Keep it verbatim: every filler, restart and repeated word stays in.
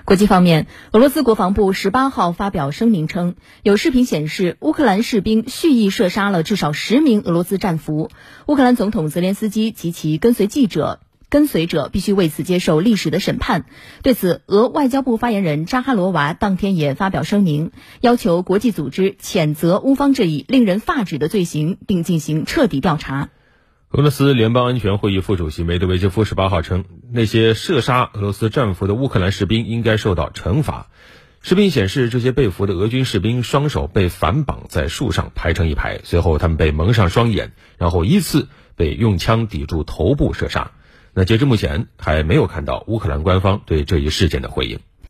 国际方面，俄罗斯国防部十八号发表声明称，有视频显示乌克兰士兵蓄意射杀了至少十名俄罗斯战俘。乌克兰总统泽连斯基及其跟随记者跟随者必须为此接受历史的审判。对此，俄外交部发言人扎哈罗娃当天也发表声明，要求国际组织谴责乌方这一令人发指的罪行，并进行彻底调查。 俄罗斯联邦安全会议副主席梅德韦杰夫十八号称，那些射杀俄罗斯战俘的乌克兰士兵应该受到惩罚。视频显示，这些被俘的俄军士兵双手被反绑在树上排成一排，随后他们被蒙上双眼，然后依次被用枪抵住头部射杀。那截至目前，还没有看到乌克兰官方对这一事件的回应。